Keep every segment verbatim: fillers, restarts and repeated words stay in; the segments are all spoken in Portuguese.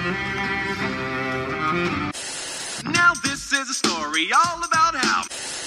Now this is a story all about how...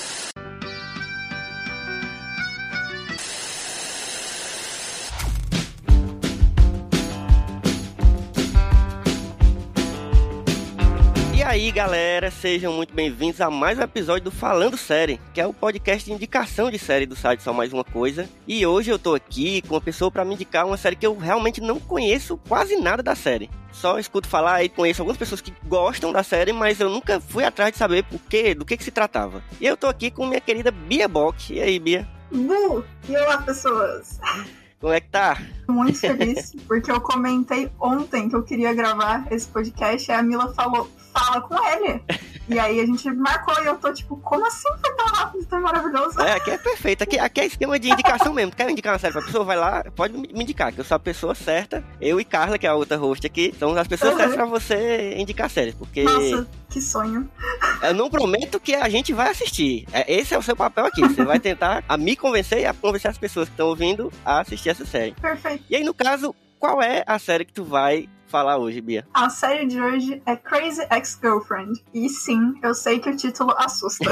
E aí, galera, sejam muito bem-vindos a mais um episódio do Falando Série, que é o podcast de indicação de série do site Só Mais Uma Coisa. E hoje eu tô aqui com uma pessoa pra me indicar uma série que eu realmente não conheço quase nada da série. Só escuto falar e conheço algumas pessoas que gostam da série, mas eu nunca fui atrás de saber por quê, do que que se tratava. E eu tô aqui com minha querida Bia Bock. E aí, Bia? Bu! E olá, pessoas! Como é que tá? Muito feliz, porque eu comentei ontem que eu queria gravar esse podcast e a Mila falou, fala com ele. E aí a gente marcou e eu tô tipo, como assim foi tão rápido, tão maravilhoso? É, aqui é perfeito, aqui, aqui é esquema de indicação mesmo. Quer indicar uma série pra pessoa? Vai lá, pode me indicar, que eu sou a pessoa certa. Eu e Carla, que é a outra host aqui, somos as pessoas uhum. certas pra você indicar séries, porque... Nossa, que sonho. Eu não prometo que a gente vai assistir. Esse é o seu papel aqui. Você vai tentar a me convencer e a convencer as pessoas que estão ouvindo a assistir essa série. Perfeito. E aí, no caso, qual é a série que tu vai falar hoje, Bia? A série de hoje é Crazy Ex-Girlfriend. E sim, eu sei que o título assusta.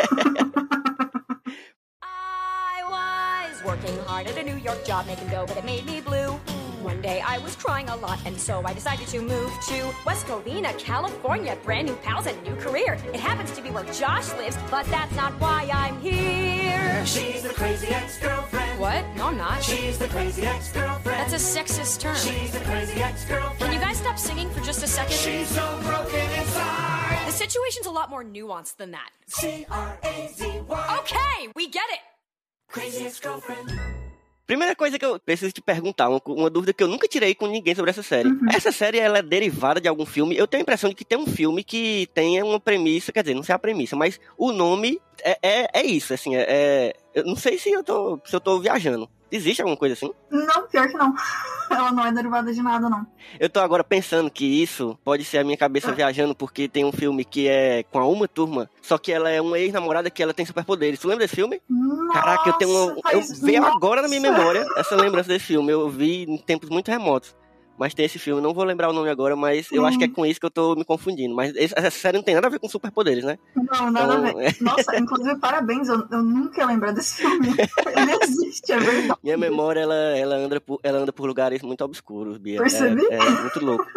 I was working hard at a New York job, making dough, but it made me blue. One day I was crying a lot, and so I decided to move to West Covina, California. Brand new pals and new career. It happens to be where Josh lives, but that's not why I'm here. She's the crazy ex-girlfriend. What? No, I'm not. She's the crazy ex-girlfriend. That's a sexist term. She's the crazy ex-girlfriend. Can you guys stop singing for just a second? She's so broken inside. The situation's a lot more nuanced than that. C R A Z Y. Okay, we get it. Crazy ex-girlfriend. Primeira coisa que eu preciso te perguntar, uma, uma dúvida que eu nunca tirei com ninguém sobre essa série. Uhum. Essa série, ela é derivada de algum filme? Eu tenho a impressão de que tem um filme que tem uma premissa, quer dizer, não sei a premissa, mas o nome é, é, é isso, assim, é, é... Eu não sei se eu tô, se eu tô viajando. Existe alguma coisa assim? Não, pior que não. Ela não é derivada de nada, não. Eu tô agora pensando que isso pode ser a minha cabeça é. viajando, porque tem um filme que é com a Uma Turma, só que ela é uma ex-namorada que ela tem superpoderes. Tu lembra desse filme? Nossa, Caraca, eu tenho uma... Eu veio nossa. agora na minha memória essa lembrança desse filme. Eu vi em tempos muito remotos. Mas tem esse filme, não vou lembrar o nome agora, mas eu hum. acho que é com isso que eu tô me confundindo. Mas essa série não tem nada a ver com superpoderes, né? Não, nada então, a ver. É... Nossa, inclusive, parabéns, eu, eu nunca ia lembrar desse filme. Ele existe, é verdade. Minha memória, ela, ela, anda, por, ela anda por lugares muito obscuros, Bia. Percebi? É, é muito louco.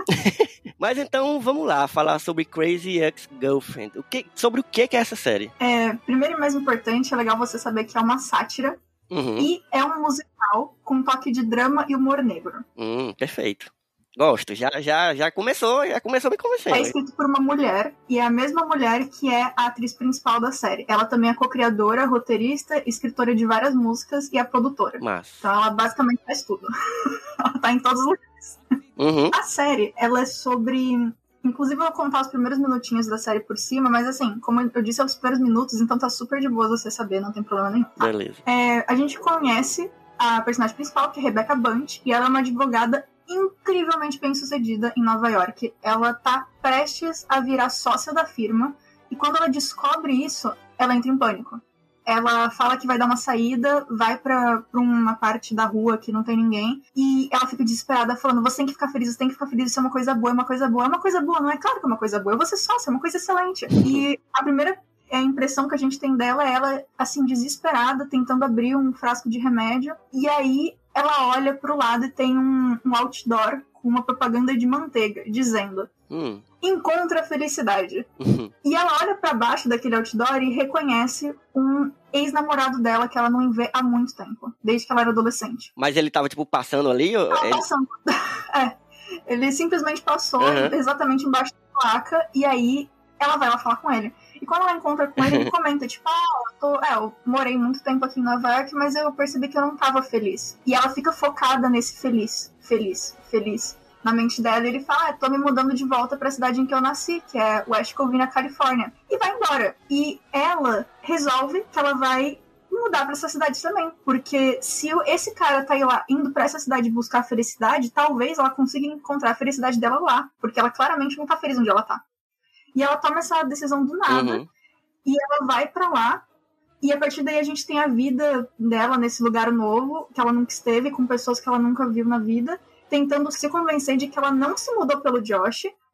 Mas então, vamos lá, falar sobre Crazy Ex-Girlfriend. O que, sobre o que, que é essa série? É, primeiro e mais importante, é legal você saber que é uma sátira. Uhum. E é um musical com um toque de drama e humor negro. Hum, perfeito. Gosto, já, já, já começou, já começou me convencendo. É escrito por uma mulher, e é a mesma mulher que é a atriz principal da série. Ela também é co-criadora, roteirista, escritora de várias músicas e é produtora. Massa. Então ela basicamente faz tudo. Ela tá em todos os lugares. Uhum. A série, ela é sobre... Inclusive, eu vou contar os primeiros minutinhos da série por cima, mas assim, como eu disse, é os primeiros minutos, então tá super de boa você saber, não tem problema nenhum. Beleza. É, a gente conhece a personagem principal, que é Rebecca Bunt, e ela é uma advogada incrivelmente bem-sucedida em Nova York. Ela tá prestes a virar sócia da firma, e quando ela descobre isso, ela entra em pânico. Ela fala que vai dar uma saída, vai pra, pra uma parte da rua que não tem ninguém, e ela fica desesperada falando, você tem que ficar feliz, você tem que ficar feliz, isso é uma coisa boa, é uma coisa boa, é uma coisa boa, não é claro que é uma coisa boa, eu vou ser sócia, é uma coisa excelente. E a primeira a impressão que a gente tem dela é ela, assim, desesperada, tentando abrir um frasco de remédio, e aí ela olha pro lado e tem um, um outdoor com uma propaganda de manteiga, dizendo... Hum. Encontra a felicidade. Uhum. E ela olha pra baixo daquele outdoor e reconhece um ex-namorado dela que ela não vê há muito tempo, desde que ela era adolescente. Mas ele tava, tipo, passando ali? Ou Tava ele... passando. É. Ele simplesmente passou Uhum. exatamente embaixo da placa, e aí ela vai lá falar com ele. E quando ela encontra com ele, ele comenta, tipo, ah, eu, tô... é, eu morei muito tempo aqui em Nova York, mas eu percebi que eu não tava feliz. E ela fica focada nesse feliz, feliz, feliz. Na mente dela, ele fala, ah, tô me mudando de volta pra cidade em que eu nasci, que é West Covina, Califórnia. E vai embora. E ela resolve que ela vai mudar pra essa cidade também. Porque se esse cara tá aí lá, indo pra essa cidade buscar felicidade, talvez ela consiga encontrar a felicidade dela lá. Porque ela claramente não tá feliz onde ela tá. E ela toma essa decisão do nada. Uhum. E ela vai pra lá. E a partir daí a gente tem a vida dela nesse lugar novo, que ela nunca esteve, com pessoas que ela nunca viu na vida, tentando se convencer de que ela não se mudou pelo Josh,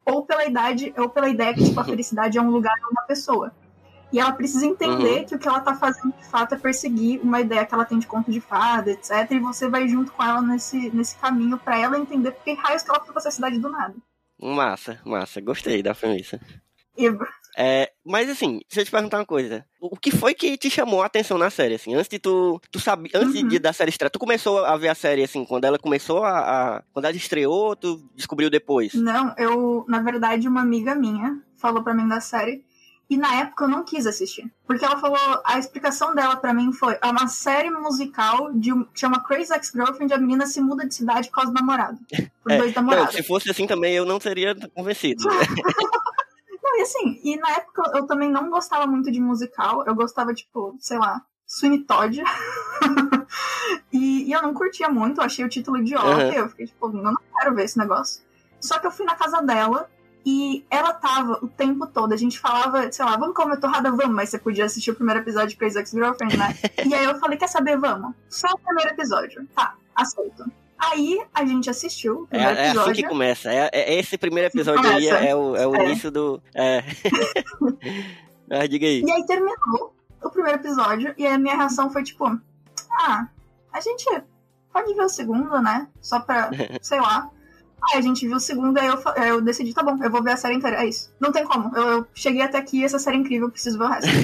ou pela idade, ou pela ideia que, tipo, a felicidade é um lugar ou uma pessoa. E ela precisa entender uhum. que o que ela tá fazendo, de fato, é perseguir uma ideia que ela tem de conto de fada, etcétera. E você vai junto com ela nesse, nesse caminho pra ela entender porque raios que ela foi pra essa cidade do nada. Massa, massa. Gostei da premissa. E... É, mas assim, deixa eu te perguntar uma coisa. O que foi que te chamou a atenção na série, assim? Antes de tu, tu sabia, antes uhum. de, da série estrear, tu começou a ver a série, assim, quando ela começou a, a... Quando ela estreou, tu descobriu depois? Não, eu, na verdade, uma amiga minha falou pra mim da série. E na época eu não quis assistir. Porque ela falou, a explicação dela pra mim foi, é uma série musical de um, que chama Crazy Ex-Girlfriend, a menina se muda de cidade por causa do namorado. Por é, dois namorados. Não, se fosse assim também eu não teria convencido. Não, e assim, e na época eu também não gostava muito de musical. Eu gostava, tipo, sei lá, Sweeney Todd. e, e eu não curtia muito, eu achei o título idiota. Uhum. E eu fiquei tipo, eu não quero ver esse negócio. Só que eu fui na casa dela. E ela tava o tempo todo, a gente falava, sei lá, vamos comer torrada, vamos, mas você podia assistir o primeiro episódio de Crazy Ex-Girlfriend, né? E aí eu falei, quer saber, vamos? Só o primeiro episódio. Tá, aceito. Aí a gente assistiu o primeiro é, episódio. É assim que começa, é, é esse primeiro episódio aí é, é o, é o é. início do... É. Mas diga aí. E aí terminou o primeiro episódio, e a minha reação foi tipo, ah, a gente pode ver o segundo, né? Só pra, sei lá... Aí a gente viu o segundo, aí eu, eu decidi, tá bom, eu vou ver a série inteira, é isso. Não tem como, eu, eu cheguei até aqui, essa série é incrível, eu preciso ver o resto.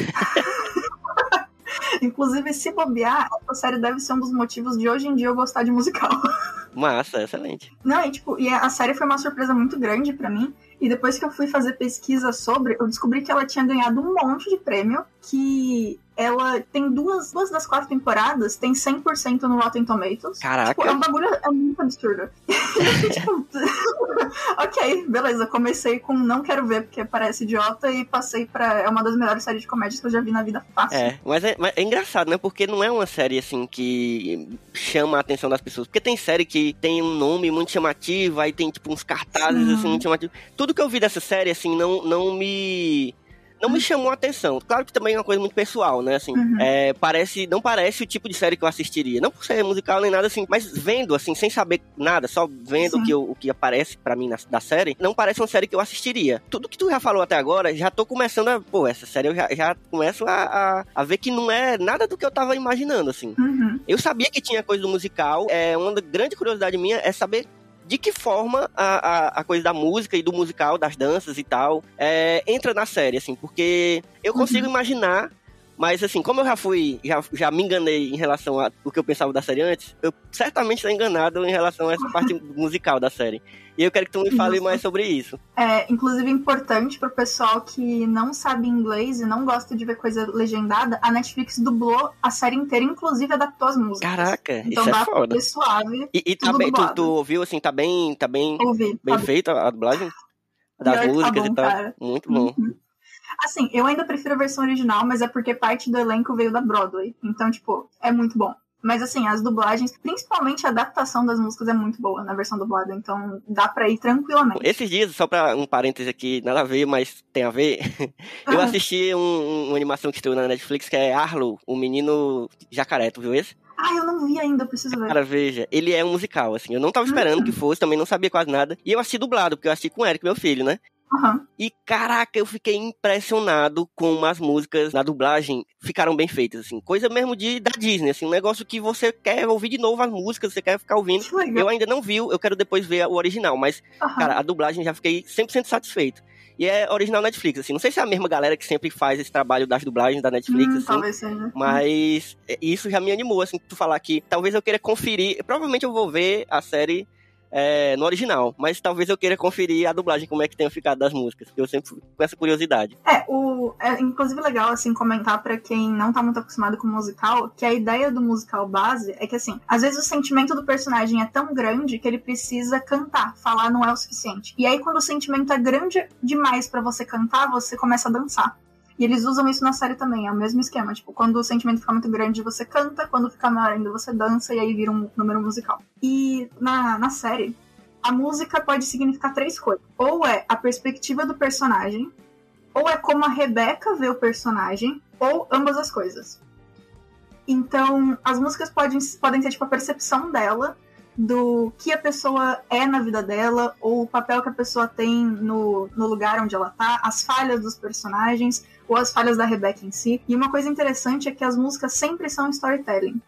Inclusive, se bobear, essa série deve ser um dos motivos de hoje em dia eu gostar de musical. Massa, excelente. Não, e tipo, e a série foi uma surpresa muito grande pra mim, e depois que eu fui fazer pesquisa sobre, eu descobri que ela tinha ganhado um monte de prêmio, que ela tem duas, duas das quatro temporadas, tem cem por cento no Rotten Tomatoes. Caraca. Tipo, é um bagulho, é muito absurdo. Tipo, ok, beleza, comecei com não quero ver porque parece idiota e passei pra, é uma das melhores séries de comédias que eu já vi na vida fácil. É, mas é, mas é engraçado, né, porque não é uma série assim que chama a atenção das pessoas, porque tem série que tem um nome muito chamativo, aí tem tipo uns cartazes Sim. assim muito chamativos. Tudo que eu vi dessa série assim não, não me... Não me chamou a atenção. Claro que também é uma coisa muito pessoal, né? Assim, uhum. é, parece, não parece o tipo de série que eu assistiria. Não por ser musical nem nada assim, mas vendo, assim, sem saber nada, só vendo o que, eu, o que aparece pra mim na, da série, não parece uma série que eu assistiria. Tudo que tu já falou até agora, já tô começando a... Pô, essa série eu já, já começo a, a, a ver que não é nada do que eu tava imaginando, assim. Uhum. Eu sabia que tinha coisa do musical. É, uma grande curiosidade minha é saber de que forma a, a, a coisa da música e do musical, das danças e tal, é, entra na série, assim, porque eu consigo uhum. imaginar, mas assim, como eu já fui, já, já me enganei em relação ao que eu pensava da série antes, eu certamente estou enganado em relação a essa parte musical da série. E eu quero que tu me fale mais sobre isso. É, inclusive, importante pro pessoal que não sabe inglês e não gosta de ver coisa legendada, a Netflix dublou a série inteira, inclusive adaptou as músicas. Caraca, então isso é dá foda. Pra ver suave. E, e tá bem, tu, tu ouviu, assim, tá bem, tá bem, Ouvi, bem tá feita a dublagem? Das Pior músicas tá bom, e tal. Cara. Muito bom. Uhum. Assim, eu ainda prefiro a versão original, mas é porque parte do elenco veio da Broadway. Então, tipo, é muito bom. Mas assim, as dublagens, principalmente a adaptação das músicas é muito boa na versão dublada, então dá pra ir tranquilamente. Esses dias, só pra um parêntese aqui, nada a ver, mas tem a ver, eu Ah. assisti um, uma animação que estreou na Netflix, que é Arlo, o menino jacaré, tu viu esse? Ah, eu não vi ainda, eu preciso ver. Cara, veja, ele é um musical, assim, eu não tava esperando Hum. que fosse, também não sabia quase nada, e eu assisti dublado, porque eu assisti com o Eric, meu filho, né? Uhum. E, caraca, eu fiquei impressionado como as músicas na dublagem ficaram bem feitas, assim. Coisa mesmo de, da Disney, assim. Um negócio que você quer ouvir de novo as músicas, você quer ficar ouvindo. Que legal. Eu ainda não vi, eu quero depois ver o original. Mas, Uhum. cara, a dublagem já fiquei cem por cento satisfeito. E é original Netflix, assim. Não sei se é a mesma galera que sempre faz esse trabalho das dublagens da Netflix, Hum, assim. talvez seja. Mas isso já me animou, assim, tu falar que talvez eu queira conferir. Provavelmente eu vou ver a série... É, no original, mas talvez eu queira conferir a dublagem, como é que tenha ficado das músicas, porque eu sempre fico com essa curiosidade. É, o, é inclusive legal, assim, comentar pra quem não tá muito acostumado com musical, que a ideia do musical base é que, assim, às vezes o sentimento do personagem é tão grande que ele precisa cantar, falar não é o suficiente. E aí, quando o sentimento é grande demais pra você cantar, você começa a dançar. E eles usam isso na série também, é o mesmo esquema. Tipo, quando o sentimento fica muito grande, você canta, quando fica maior ainda, você dança, e aí vira um número musical. E na, na série, a música pode significar três coisas. Ou é a perspectiva do personagem, ou é como a Rebecca vê o personagem, ou ambas as coisas. Então, as músicas podem, podem ser tipo a percepção dela do que a pessoa é na vida dela, ou o papel que a pessoa tem no, no lugar onde ela tá, as falhas dos personagens, ou as falhas da Rebecca em si. E uma coisa interessante é que as músicas sempre são storytelling.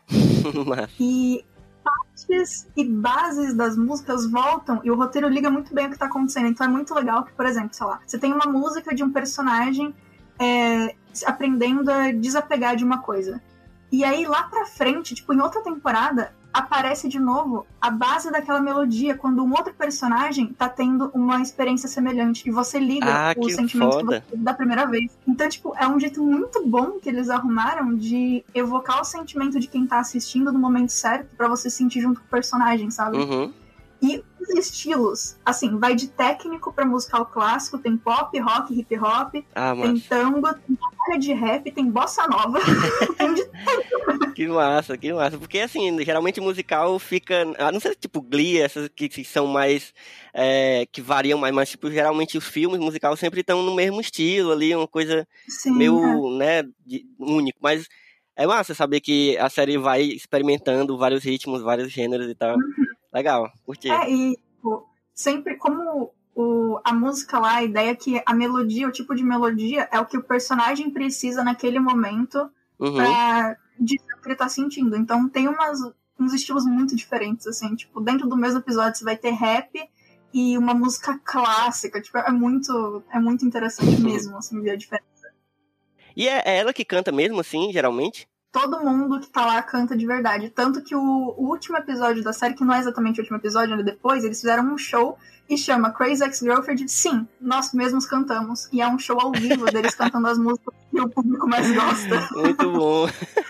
E partes e bases das músicas voltam e o roteiro liga muito bem o que tá acontecendo. Então é muito legal que, por exemplo, sei lá, você tem uma música de um personagem é, aprendendo a desapegar de uma coisa. E aí lá pra frente, tipo, em outra temporada, aparece de novo a base daquela melodia quando um outro personagem tá tendo uma experiência semelhante e você liga ah, os que sentimentos foda. que você teve da primeira vez. Então, tipo, é um jeito muito bom que eles arrumaram de evocar o sentimento de quem tá assistindo no momento certo pra você se sentir junto com o personagem, sabe? Uhum. E os estilos, assim, vai de técnico pra musical clássico, tem pop, rock, hip hop, Ah, tem massa. tango, tem batalha de rap, tem bossa nova, tem de Que massa, que massa. Porque, assim, geralmente musical fica... A não ser, tipo, Glee, essas que, que são mais... É, que variam mais, mas, tipo, geralmente os filmes musical sempre estão no mesmo estilo ali, uma coisa Sim, meio, é. né, de, único. Mas é massa saber que a série vai experimentando vários ritmos, vários gêneros e tal. Legal, curti. É, e tipo, sempre como o, a música lá, a ideia é que a melodia, o tipo de melodia é o que o personagem precisa naquele momento Uhum. pra dizer o que ele tá sentindo. Então tem umas, uns estilos muito diferentes, assim, tipo, dentro do mesmo episódio você vai ter rap e uma música clássica, tipo, é muito, é muito interessante mesmo, assim, ver a diferença. E é, é ela que canta mesmo, assim, geralmente? Todo mundo que tá lá canta de verdade. Tanto que o, o último episódio da série, que não é exatamente o último episódio, ainda depois, eles fizeram um show e chama Crazy Ex-Girlfriend. Sim, nós mesmos cantamos. E é um show ao vivo deles cantando as músicas que o público mais gosta. Muito bom.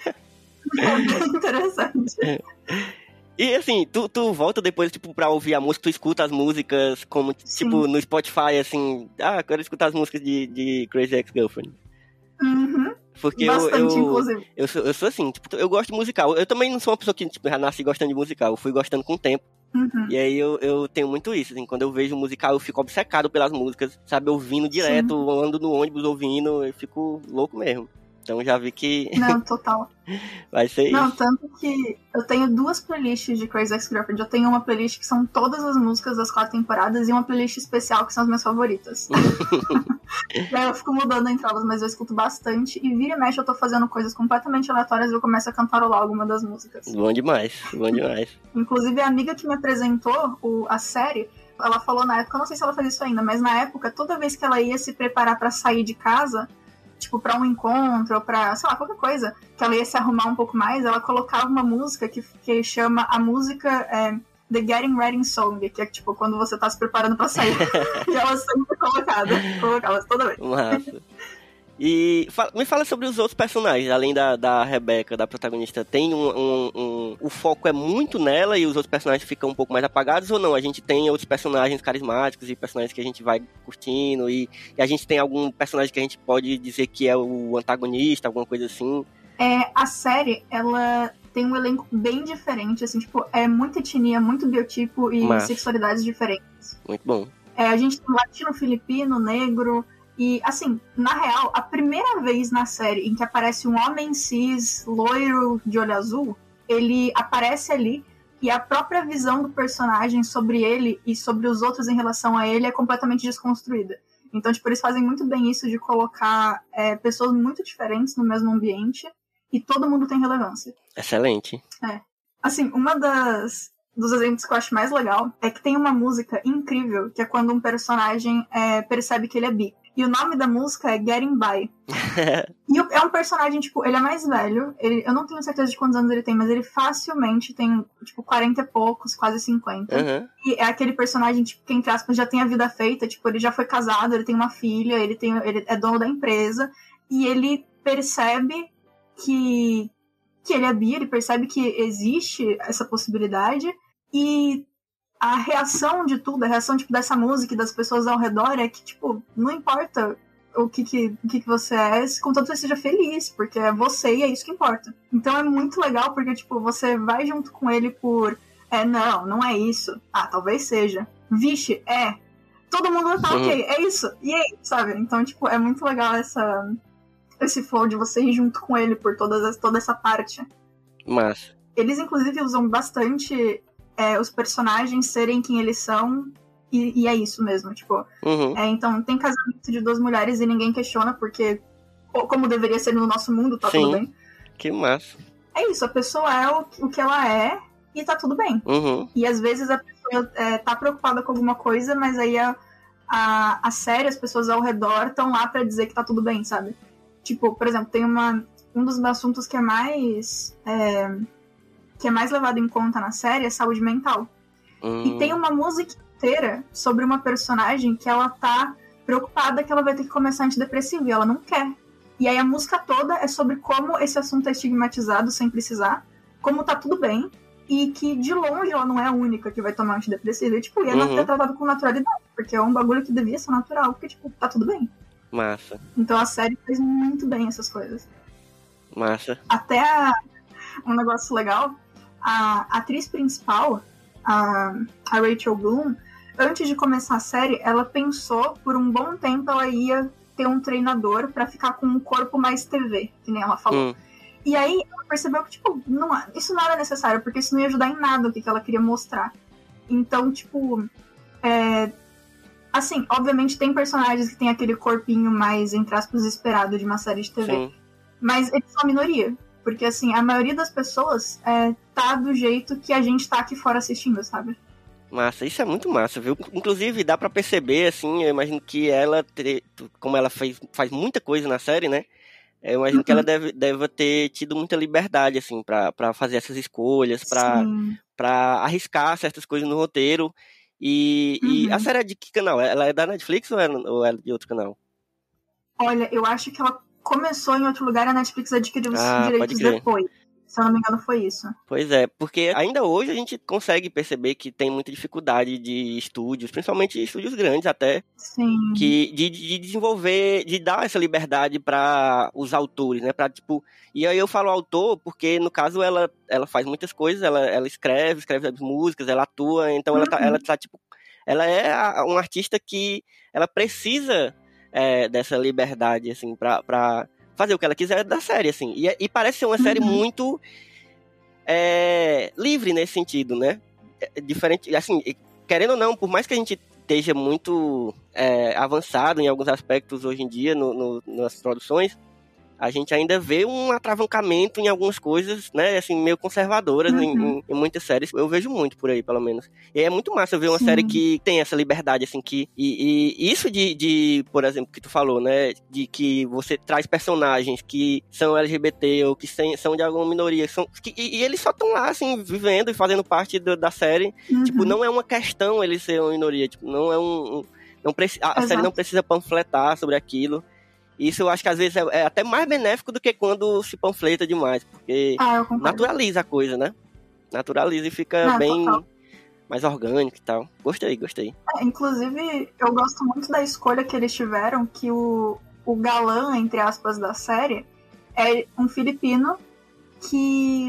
É bem interessante. E assim, tu, tu volta depois, tipo, pra ouvir a música, tu escuta as músicas como, Sim. tipo, no Spotify, assim, ah, quero escutar as músicas de, de Crazy Ex-Girlfriend. Uhum. Porque eu, Bastante, eu, inclusive. eu, sou, eu sou assim, tipo, eu gosto de musical. Eu também não sou uma pessoa que, tipo, já nasci gostando de musical, eu fui gostando com o tempo. Uhum. E aí eu, eu tenho muito isso, assim, quando eu vejo musical eu fico obcecado pelas músicas, sabe, ouvindo direto, Sim. ando no ônibus ouvindo, eu fico louco mesmo. Então já vi que Não, total. vai ser Não, isso. tanto que eu tenho duas playlists de Crazy Ex-Girlfriend. Eu tenho uma playlist que são todas as músicas das quatro temporadas e uma playlist especial que são as minhas favoritas. E aí eu fico mudando entre elas, mas eu escuto bastante. E vira e mexe eu tô fazendo coisas completamente aleatórias e eu começo a cantarolar alguma das músicas. Bom demais, bom demais. Inclusive a amiga que me apresentou o, a série, ela falou na época, eu não sei se ela faz isso ainda, mas na época, toda vez que ela ia se preparar pra sair de casa, tipo, pra um encontro, ou pra, sei lá, qualquer coisa, que ela ia se arrumar um pouco mais, ela colocava uma música que, que chama a música é, The Getting Ready Song, que é tipo, quando você tá se preparando pra sair. E ela sempre colocava, colocava toda vez. Massa. E fa- me fala sobre os outros personagens, além da, da Rebecca, da protagonista. Tem um, um, um... O foco é muito nela e os outros personagens ficam um pouco mais apagados ou não? A gente tem outros personagens carismáticos e personagens que a gente vai curtindo e, e a gente tem algum personagem que a gente pode dizer que é o antagonista, alguma coisa assim? É, a série, ela tem um elenco bem diferente, assim, tipo, é muita etnia, muito biotipo e Massa. sexualidades diferentes. Muito bom. É, a gente tem latino, filipino, negro. E, assim, na real, a primeira vez na série em que aparece um homem cis, loiro, de olho azul, ele aparece ali e a própria visão do personagem sobre ele e sobre os outros em relação a ele é completamente desconstruída. Então, tipo, eles fazem muito bem isso de colocar é, pessoas muito diferentes no mesmo ambiente e todo mundo tem relevância. Excelente. É. Assim, uma das... dos exemplos que eu acho mais legal é que tem uma música incrível, que é quando um personagem é, percebe que ele é bi. E o nome da música é Getting By. E é um personagem, tipo, ele é mais velho. Ele, eu não tenho certeza de quantos anos ele tem, mas ele facilmente tem, tipo, quarenta e poucos, quase cinquenta. Uhum. E é aquele personagem, tipo, que, entre aspas, já tem a vida feita. Tipo, ele já foi casado, ele tem uma filha, ele, tem, ele é dono da empresa. E ele percebe que, que ele é bi, ele percebe que existe essa possibilidade. E a reação de tudo, a reação, tipo, dessa música e das pessoas ao redor é que, tipo, não importa o que, que, o que, que você é, contanto que você seja feliz, porque é você e é isso que importa. Então é muito legal, porque, tipo, você vai junto com ele por, é, não, não é isso. Ah, talvez seja. Vixe, é. Todo mundo tá ok, é isso. E aí, sabe? Então, tipo, é muito legal essa, esse flow de você ir junto com ele por todas as, toda essa parte. Massa. Eles, inclusive, usam bastante é, os personagens serem quem eles são e, e é isso mesmo, tipo. Uhum. É, então, tem casamento de duas mulheres e ninguém questiona, porque como deveria ser no nosso mundo, tá Sim. tudo bem. Que massa. É isso, a pessoa é o, o que ela é e tá tudo bem. Uhum. E às vezes a pessoa é, tá preocupada com alguma coisa, mas aí a, a, a série, as pessoas ao redor estão lá pra dizer que tá tudo bem, sabe? Tipo, por exemplo, tem uma, um dos assuntos que é mais é, que é mais levado em conta na série é saúde mental. Uhum. E tem uma música inteira sobre uma personagem que ela tá preocupada que ela vai ter que começar antidepressivo e ela não quer. E aí a música toda é sobre como esse assunto é estigmatizado sem precisar, como tá tudo bem, e que de longe ela não é a única que vai tomar antidepressivo. E tipo, ia Uhum. ser tratado com naturalidade, porque é um bagulho que devia ser natural, porque tipo, tá tudo bem. Massa. Então a série faz muito bem essas coisas. Massa. Até a- um negócio legal, a atriz principal, a, a Rachel Bloom, antes de começar a série, ela pensou, por um bom tempo, ela ia ter um treinador pra ficar com um corpo mais T V, que nem ela falou. Hum. E aí ela percebeu que, tipo, não, isso não era necessário, porque isso não ia ajudar em nada o que, que ela queria mostrar. Então, tipo, é, assim, obviamente tem personagens que tem aquele corpinho mais, entre aspas, esperado de uma série de T V. Sim. Mas eles são a minoria. Porque, assim, a maioria das pessoas é, tá do jeito que a gente tá aqui fora assistindo, sabe? Massa, isso é muito massa, viu? Inclusive, dá pra perceber, assim, eu imagino que ela, te- como ela fez, faz muita coisa na série, né? Eu imagino Uhum. que ela deve, deve ter tido muita liberdade, assim, pra, pra fazer essas escolhas, pra, Sim. pra arriscar certas coisas no roteiro. E, e Uhum. a série é de que canal? Ela é da Netflix ou é, ou é de outro canal? Olha, eu acho que ela começou em outro lugar, a Netflix adquiriu os Ah, pode direitos crer. depois. Se eu não me engano, foi isso. Pois é, porque ainda hoje a gente consegue perceber que tem muita dificuldade de estúdios, principalmente estúdios grandes até, Sim. que de, de desenvolver, de dar essa liberdade para os autores, né? Para tipo, e aí eu falo autor porque no caso ela, ela faz muitas coisas, ela, ela escreve, escreve as músicas, ela atua, então ela tá, Uhum. ela tá tipo, ela é a, uma artista que ela precisa é, dessa liberdade assim para fazer o que ela quiser da série, assim. E, e parece ser uma série Uhum. muito é, livre nesse sentido, né? É diferente, assim, querendo ou não, por mais que a gente esteja muito é, avançado em alguns aspectos hoje em dia no, no, nas produções, a gente ainda vê um atravancamento em algumas coisas, né, assim, meio conservadoras em, Uhum. em, em muitas séries. Eu vejo muito por aí, pelo menos. E é muito massa ver uma Sim. série que tem essa liberdade, assim, que... E, e isso de, de, por exemplo, que tu falou, né, de que você traz personagens que são L G B T ou que sem, são de alguma minoria, são, que, e, e eles só estão lá, assim, vivendo e fazendo parte do, da série. Uhum. Tipo, não é uma questão eles serem uma minoria, tipo, não é um... um não preci- a, a série Exato. não precisa panfletar sobre aquilo. Isso eu acho que às vezes é, é até mais benéfico do que quando se panfleta demais, porque Ah, eu concordo. naturaliza a coisa, né? Naturaliza e fica Não, bem total. mais orgânico e tal. Gostei, gostei. É, inclusive, eu gosto muito da escolha que eles tiveram, que o, o galã, entre aspas, da série é um filipino que,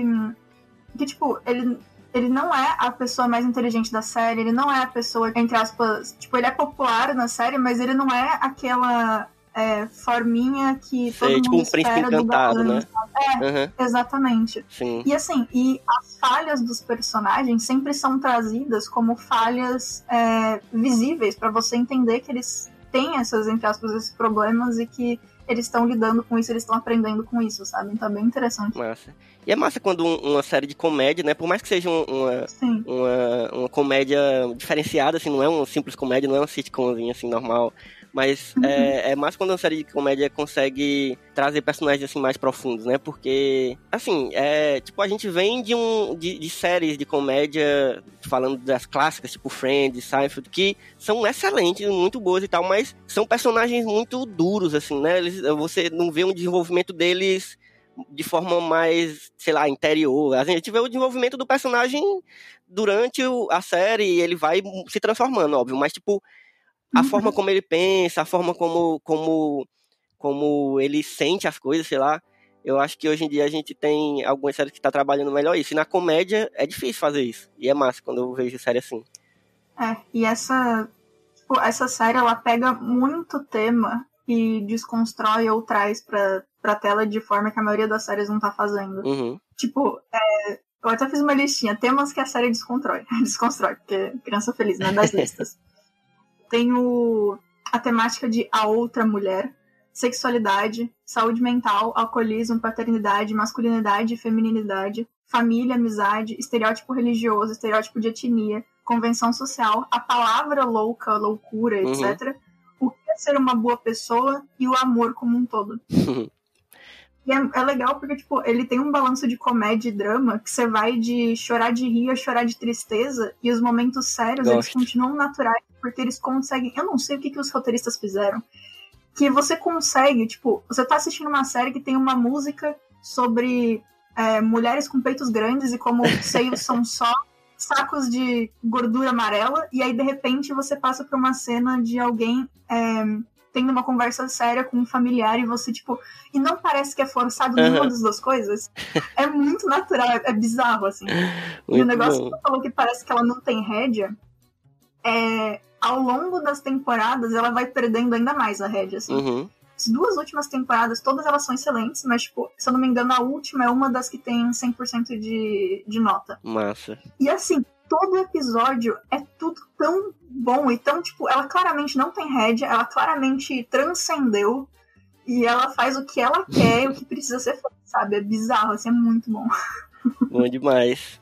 que tipo, ele, ele não é a pessoa mais inteligente da série, ele não é a pessoa, entre aspas, tipo, ele é popular na série, mas ele não é aquela é, forminha que Sei, todo tipo mundo um príncipe espera do encantado, galã. né? É, Aham, exatamente. sim. E assim, e as falhas dos personagens sempre são trazidas como falhas é, visíveis pra você entender que eles têm essas, entre aspas, esses problemas e que eles estão lidando com isso, eles estão aprendendo com isso, sabe? Então é bem interessante. Massa. E é massa quando um- uma série de comédia, né? Por mais que seja um- uma, Sim. uma, uma comédia diferenciada, assim, não é uma simples comédia, não é uma sitcomzinha, assim, normal. Mas Uhum. é, é mais quando uma série de comédia consegue trazer personagens, assim, mais profundos, né? Porque, assim, é, tipo, a gente vem de, um, de, de séries de comédia, falando das clássicas, tipo Friends, Seinfeld, que são excelentes, muito boas e tal, mas são personagens muito duros, assim, né? Eles, você não vê um desenvolvimento deles de forma mais, sei lá, interior. A gente vê o desenvolvimento do personagem durante o- a série e ele vai se transformando, óbvio, mas, tipo, a Uhum. forma como ele pensa, a forma como, como, como ele sente as coisas, sei lá, eu acho que hoje em dia a gente tem algumas séries que tá trabalhando melhor isso. E na comédia é difícil fazer isso. E é massa quando eu vejo série assim. É, e essa, tipo, essa série, ela pega muito tema e desconstrói ou traz pra, pra tela de forma que a maioria das séries não tá fazendo. Uhum. Tipo, é, Eu até fiz uma listinha, temas que a série desconstrói. Desconstrói, porque criança feliz, né? Das listas. Tem o, a temática de a outra mulher, sexualidade, saúde mental, alcoolismo, paternidade, masculinidade e feminilidade, família, amizade, estereótipo religioso, estereótipo de etnia, convenção social, a palavra louca, loucura, Uhum. etcétera. O que é ser uma boa pessoa e o amor como um todo. E é, é legal porque, tipo, ele tem um balanço de comédia e drama que você vai de chorar de rir a chorar de tristeza, e os momentos sérios, eles Gosto. continuam naturais, porque eles conseguem... Eu não sei o que, que os roteiristas fizeram. Que você consegue, tipo, você tá assistindo uma série que tem uma música sobre é, mulheres com peitos grandes e como os seios são só sacos de gordura amarela, e aí, de repente, você passa por uma cena de alguém... É, tendo uma conversa séria com um familiar e você, tipo... E não parece que é forçado nenhuma Uhum. das duas coisas. É muito natural, é, é bizarro, assim. E o Muito negócio bom. que você falou que parece que ela não tem rédea, é... Ao longo das temporadas, ela vai perdendo ainda mais a rédea, assim. Uhum. As duas últimas temporadas, todas elas são excelentes, mas, tipo, se eu não me engano, a última é uma das que tem cem por cento de, de nota. Massa. E, assim, todo episódio é tudo tão bom e tão, tipo, ela claramente não tem rédea, ela claramente transcendeu e ela faz o que ela quer e o que precisa ser feito, sabe? É bizarro, assim, é muito bom. Bom demais.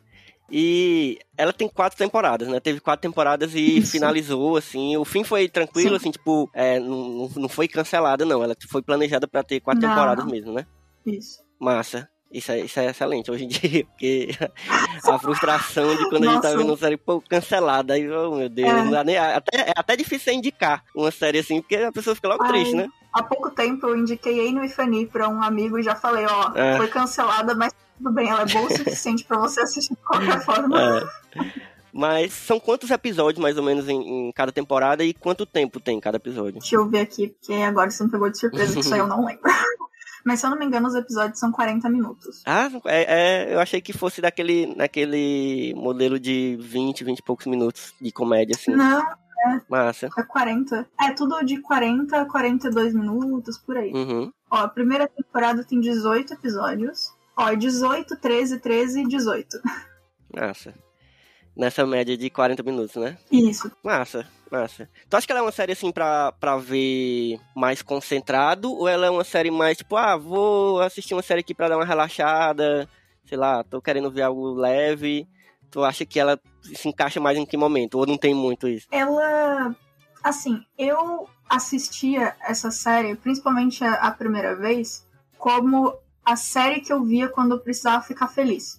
E ela tem quatro temporadas, né? Teve quatro temporadas e Isso. finalizou, assim. O fim foi tranquilo, Sim. assim, tipo, é, não, não foi cancelada, não. Ela foi planejada pra ter quatro Não, temporadas não. mesmo, né? Isso. Massa. Isso é, isso é excelente hoje em dia, porque a frustração de quando a gente tá Nossa. vendo uma série, pô, cancelada, aí, oh meu Deus, É. não dá nem, até, é até difícil indicar uma série assim, porque a pessoa fica logo Ai, triste, né? Há pouco tempo eu indiquei Eno e Fanny pra um amigo e já falei, ó, É. foi cancelada, mas tudo bem, ela é boa o suficiente pra você assistir de qualquer forma. É. Mas são quantos episódios, mais ou menos, em, em cada temporada e quanto tempo tem cada episódio? Deixa eu ver aqui, porque agora você me pegou de surpresa, que isso aí eu não lembro. Mas se eu não me engano, os episódios são quarenta minutos. Ah, é, é, eu achei que fosse daquele, naquele modelo de vinte, vinte e poucos minutos de comédia, assim. Não, Massa. é quarenta. É tudo de quarenta a quarenta e dois minutos, por aí. Uhum. Ó, a primeira temporada tem dezoito episódios. Ó, é dezoito, treze, treze e dezoito. Massa. Nessa média de quarenta minutos, né? Isso. Massa, massa. Tu acha que ela é uma série, assim, pra, pra ver mais concentrado? Ou ela é uma série mais, tipo, ah, vou assistir uma série aqui pra dar uma relaxada, sei lá, tô querendo ver algo leve. Tu acha que ela se encaixa mais em que momento? Ou não tem muito isso? Ela... Assim, eu assistia essa série, principalmente a, a primeira vez, como a série que eu via quando eu precisava ficar feliz.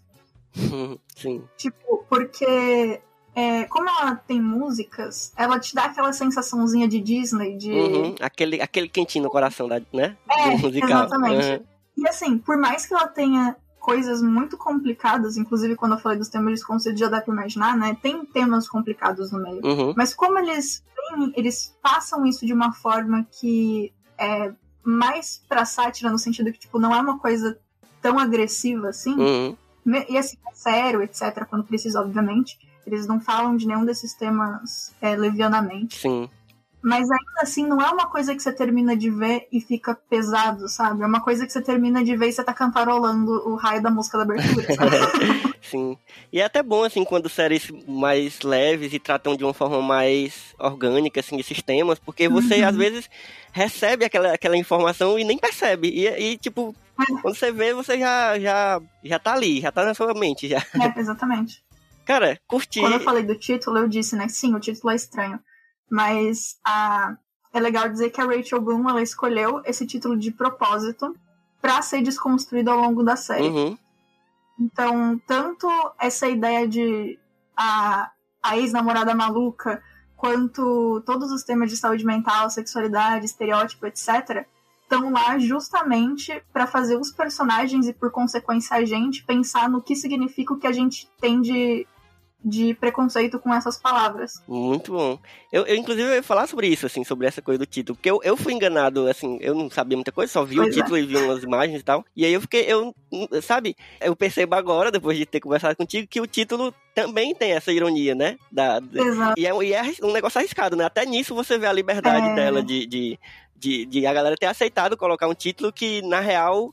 Sim. Tipo, porque... É, como ela tem músicas, ela te dá aquela sensaçãozinha de Disney, de... Uhum. Aquele, aquele quentinho no coração, da, né? É, Do musical. exatamente. Uhum. E assim, por mais que ela tenha coisas muito complicadas, inclusive quando eu falei dos temas de conceito, já dá pra imaginar, né? Tem temas complicados no meio. Uhum. Mas como eles têm, eles passam isso de uma forma que é mais pra sátira, no sentido que, tipo, não é uma coisa tão agressiva assim, Uhum. e assim, é sério, etcétera, quando precisa, obviamente. Eles não falam de nenhum desses temas é, levianamente. Sim. Mas ainda assim, não é uma coisa que você termina de ver e fica pesado, sabe? É uma coisa que você termina de ver e você tá cantarolando o raio da música da abertura, sabe? Sim. E é até bom, assim, quando séries mais leves e tratam de uma forma mais orgânica, assim, esses temas, porque você, Uhum. às vezes, recebe aquela, aquela informação e nem percebe. E, e tipo, quando você vê, você já, já, já tá ali, já tá na sua mente, já. É, exatamente. Cara, curti. Quando eu falei do título, eu disse, né? Sim, o título é estranho. Mas a... é legal dizer que a Rachel Bloom, ela escolheu esse título de propósito pra ser desconstruído ao longo da série. Uhum. Então, tanto essa ideia de a, a ex-namorada maluca, quanto todos os temas de saúde mental, sexualidade, estereótipo, etcétera, estão lá justamente para fazer os personagens e, por consequência, a gente pensar no que significa o que a gente tem de, de preconceito com essas palavras. Muito bom. Eu, eu, inclusive, eu ia falar sobre isso, assim, sobre essa coisa do título. Porque eu, eu fui enganado, assim, eu não sabia muita coisa, só vi Pois o título é. e vi umas imagens e tal. E aí eu fiquei, eu, sabe, eu percebo agora, depois de ter conversado contigo, que o título também tem essa ironia, né? Da, Exato. e, é, e é um negócio arriscado, né? Até nisso você vê a liberdade É. dela de, de, de, de a galera ter aceitado colocar um título que, na real,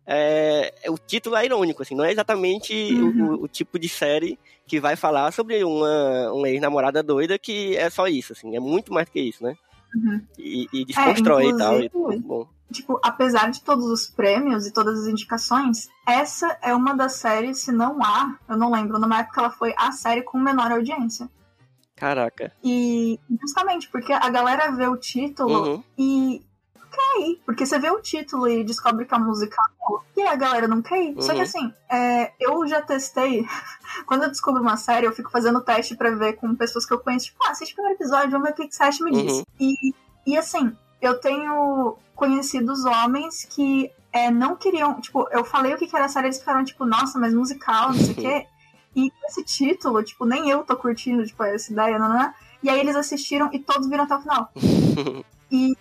é, o título é irônico, assim, não é exatamente Uhum. o, o tipo de série que vai falar sobre uma, uma ex-namorada doida, que é só isso, assim, é muito mais do que isso, né? Uhum. E, e desconstrói e tal, e inclusive- muito bom. Tipo, apesar de todos os prêmios e todas as indicações, essa é uma das séries, se não há, eu não lembro, numa época ela foi a série com menor audiência. Caraca. E justamente porque a galera vê o título Uhum. e quer ir. Porque você vê o título e descobre que a música é boa, e a galera não quer ir. Só que Uhum. assim, é, eu já testei. Quando eu descubro uma série, eu fico fazendo teste pra ver com pessoas que eu conheço. Tipo, ah, assiste o primeiro episódio, vamos ver o que que você acha e me diz. Uhum. E, e assim, eu tenho conhecidos homens que é, não queriam. Tipo, eu falei o que que era a série, eles ficaram tipo, nossa, mas musical, não sei o quê. E esse título, tipo, nem eu tô curtindo, tipo, essa ideia, não, não, não. E aí eles assistiram e todos viram até o final. E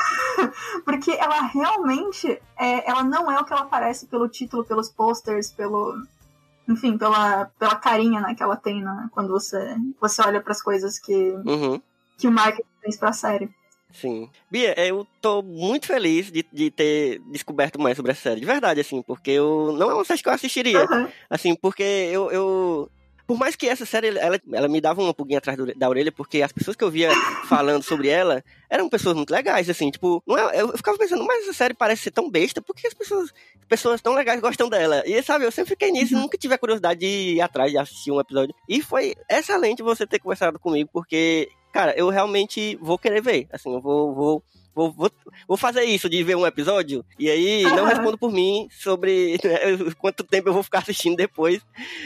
porque ela realmente é, ela não é o que ela parece pelo título, pelos posters, pelo enfim, pela, pela carinha, né, que ela tem, né, quando você, você olha pras coisas que, Uhum. que o marketing fez pra série. Sim. Bia, eu tô muito feliz de, de ter descoberto mais sobre essa série, de verdade, assim, porque eu não é uma série que eu assistiria, Uhum. assim, porque eu, eu... Por mais que essa série, ela, ela me dava uma pulguinha atrás do- da orelha, porque as pessoas que eu via falando sobre ela eram pessoas muito legais, assim, tipo, não é, eu ficava pensando, mas essa série parece ser tão besta, por que as pessoas, pessoas tão legais gostam dela? E, sabe, eu sempre fiquei nisso, Uhum. nunca tive a curiosidade de ir atrás de assistir um episódio. E foi excelente você ter conversado comigo, porque, cara, eu realmente vou querer ver, assim, eu vou... vou Vou, vou, vou fazer isso, de ver um episódio, e aí não Aham. respondo por mim sobre né, quanto tempo eu vou ficar assistindo depois,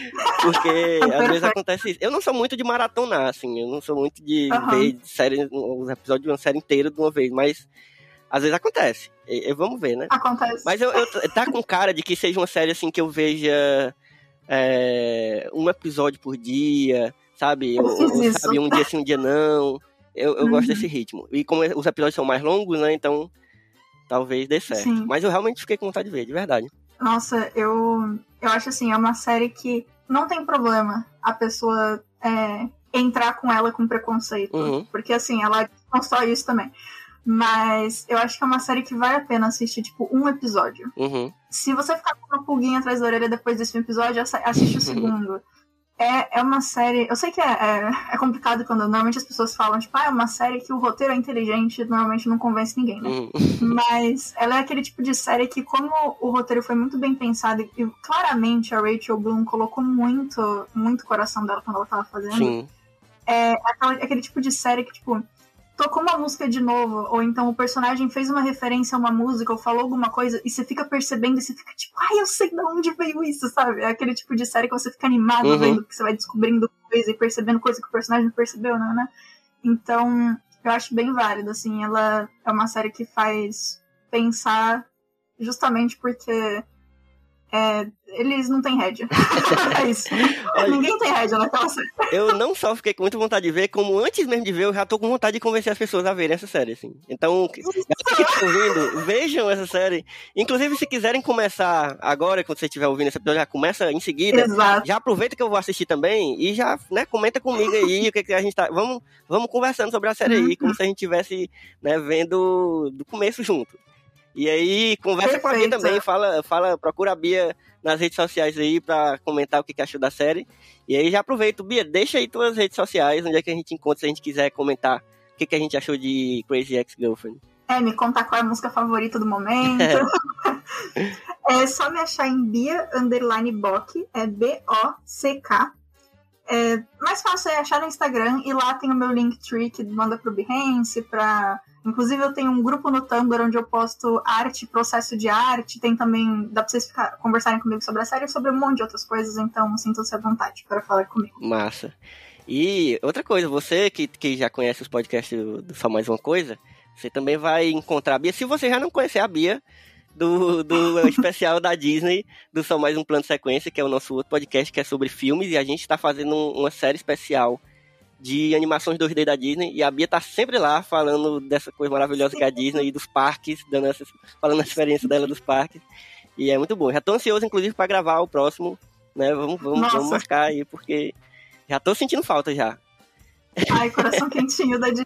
porque às vezes acontece isso. Eu não sou muito de maratonar, assim, eu não sou muito de Aham. ver série, os episódios de uma série inteira de uma vez, mas às vezes acontece. E, e vamos ver, né? Acontece. Mas eu, eu tá com cara de que seja uma série assim que eu veja é, um episódio por dia, sabe? Eu fiz Ou, isso. sabe, um dia sim, um dia não. Eu, eu Uhum. gosto desse ritmo. E como os episódios são mais longos, né? Então talvez dê certo. Sim. Mas eu realmente fiquei com vontade de ver, de verdade. Nossa, eu, eu acho assim, é uma série que não tem problema a pessoa é, entrar com ela com preconceito. Uhum. Porque assim, ela constrói isso também. Mas eu acho que é uma série que vale a pena assistir, tipo, um episódio. Uhum. Se você ficar com uma pulguinha atrás da orelha depois desse episódio, assi- assiste o segundo. É, é uma série... Eu sei que é, é, é complicado quando normalmente as pessoas falam, tipo, ah, é uma série que o roteiro é inteligente, normalmente não convence ninguém, né? Uhum. Mas ela é aquele tipo de série que, como o roteiro foi muito bem pensado e e claramente a Rachel Bloom colocou muito, muito coração dela quando ela tava fazendo, Sim. é aquela- aquele tipo de série que, tipo, tocou uma música de novo, ou então o personagem fez uma referência a uma música, ou falou alguma coisa, e você fica percebendo, e você fica tipo, ai, eu sei de onde veio isso, sabe? É aquele tipo de série que você fica animado Uhum. vendo, que você vai descobrindo coisa e percebendo coisa que o personagem não percebeu, né? né? Então, eu acho bem válido, assim, ela é uma série que faz pensar justamente porque é, eles não têm rédea. É isso. Olha, Ninguém tem rédea naquela série. eu não só fiquei com muita vontade de ver, como antes mesmo de ver, eu já tô com vontade de convencer as pessoas a verem essa série, assim. Então, galera que tá ouvindo, vejam essa série. Inclusive, se quiserem começar agora, quando você estiver ouvindo esse episódio, já começa em seguida. Exato. Já aproveita que eu vou assistir também e já, né, comenta comigo aí o que, que a gente tá... Vamos, vamos conversando sobre a série aí, como se a gente estivesse, né, vendo do começo junto. E aí, conversa com a Bia Perfeito. também, fala, fala, procura a Bia nas redes sociais aí pra comentar o que, que achou da série. E aí já aproveito, Bia, deixa aí tuas redes sociais, onde é que a gente encontra, se a gente quiser comentar o que, que a gente achou de Crazy Ex-Girlfriend. É, me contar qual é a música favorita do momento. É só me achar em Bia Underline Bock, é B O C K. É, mais fácil é achar no Instagram, e lá tem o meu Linktree que manda pro Behance, pra... Inclusive eu tenho um grupo no Tumblr onde eu posto arte, processo de arte, tem também, dá pra vocês ficar, conversarem comigo sobre a série e sobre um monte de outras coisas, então sintam-se à vontade para falar comigo. Massa. E outra coisa, você que, que já conhece os podcasts do, do Só Mais Uma Coisa, você também vai encontrar a Bia. Se você já não conhecer a Bia, do, do especial da Disney, do Só Mais Um Plano de Sequência, que é o nosso outro podcast que é sobre filmes, e a gente está fazendo uma série especial de animações dois D da Disney, e a Bia tá sempre lá falando dessa coisa maravilhosa que é a Disney e dos parques, dando essa, falando a experiência dela dos parques, e é muito bom. Já tô ansioso, inclusive, para gravar o próximo, né? Vamos, vamos, vamos marcar aí, porque já tô sentindo falta já. Ai, coração quentinho da Disney.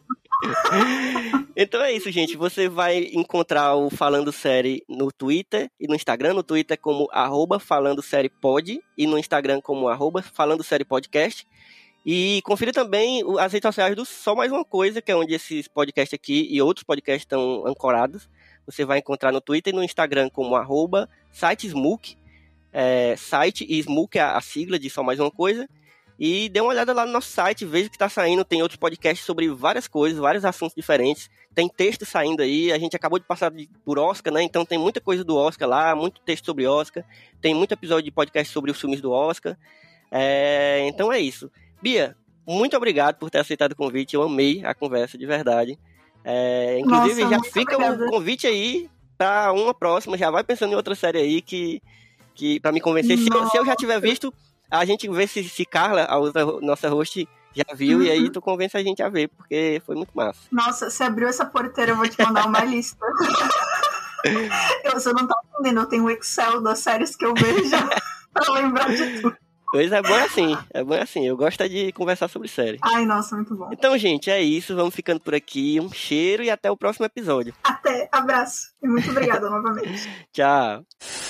Então é isso, gente. Você vai encontrar o Falando Série no Twitter e no Instagram. No Twitter como arroba Falando Série Pod e no Instagram como arroba Falando Série Podcast. E confira também as redes sociais do Só Mais Uma Coisa, que é onde esses podcasts aqui e outros podcasts estão ancorados. Você vai encontrar no Twitter e no Instagram como arroba sitesmook, é, site e Smook é a sigla de Só Mais Uma Coisa. E dê uma olhada lá no nosso site, veja o que está saindo. Tem outros podcasts sobre várias coisas, vários assuntos diferentes. Tem texto saindo aí, a gente acabou de passar por Oscar, né? Então tem muita coisa do Oscar lá, muito texto sobre Oscar. Tem muito episódio de podcast sobre os filmes do Oscar. É, então é isso. Bia, muito obrigado por ter aceitado o convite. Eu amei a conversa, de verdade. É, inclusive, Nossa, já fica o convite aí para uma próxima. Já vai pensando em outra série aí que, que para me convencer. Se eu, se eu já tiver visto, a gente vê se, se Carla, a outra nossa host, já viu. Uhum. E aí tu convence a gente a ver, porque foi muito massa. Nossa, você abriu essa porteira, eu vou te mandar uma lista. eu, você não tá entendendo, eu tenho o Excel das séries que eu vejo pra lembrar de tudo. Pois é, bom assim, é bom assim, eu gosto de conversar sobre série. Ai, nossa, muito bom. Então, gente, é isso, vamos ficando por aqui, um cheiro e até o próximo episódio. Até, abraço, e muito obrigada novamente. Tchau.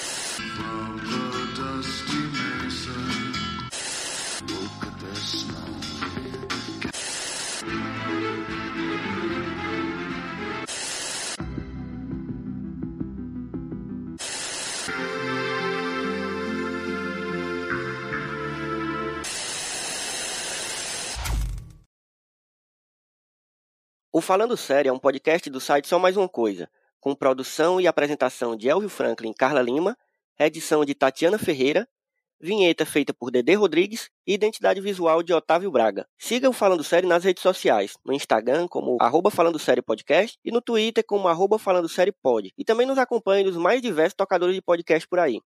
O Falando Série é um podcast do site Só Mais Uma Coisa, com produção e apresentação de Elvio Franklin e Carla Lima, edição de Tatiana Ferreira, vinheta feita por Dedê Rodrigues e identidade visual de Otávio Braga. Siga o Falando Série nas redes sociais, no Instagram como arroba Falando Série Podcast e no Twitter como arroba Falando Série Pod. E também nos acompanhe nos mais diversos tocadores de podcast por aí.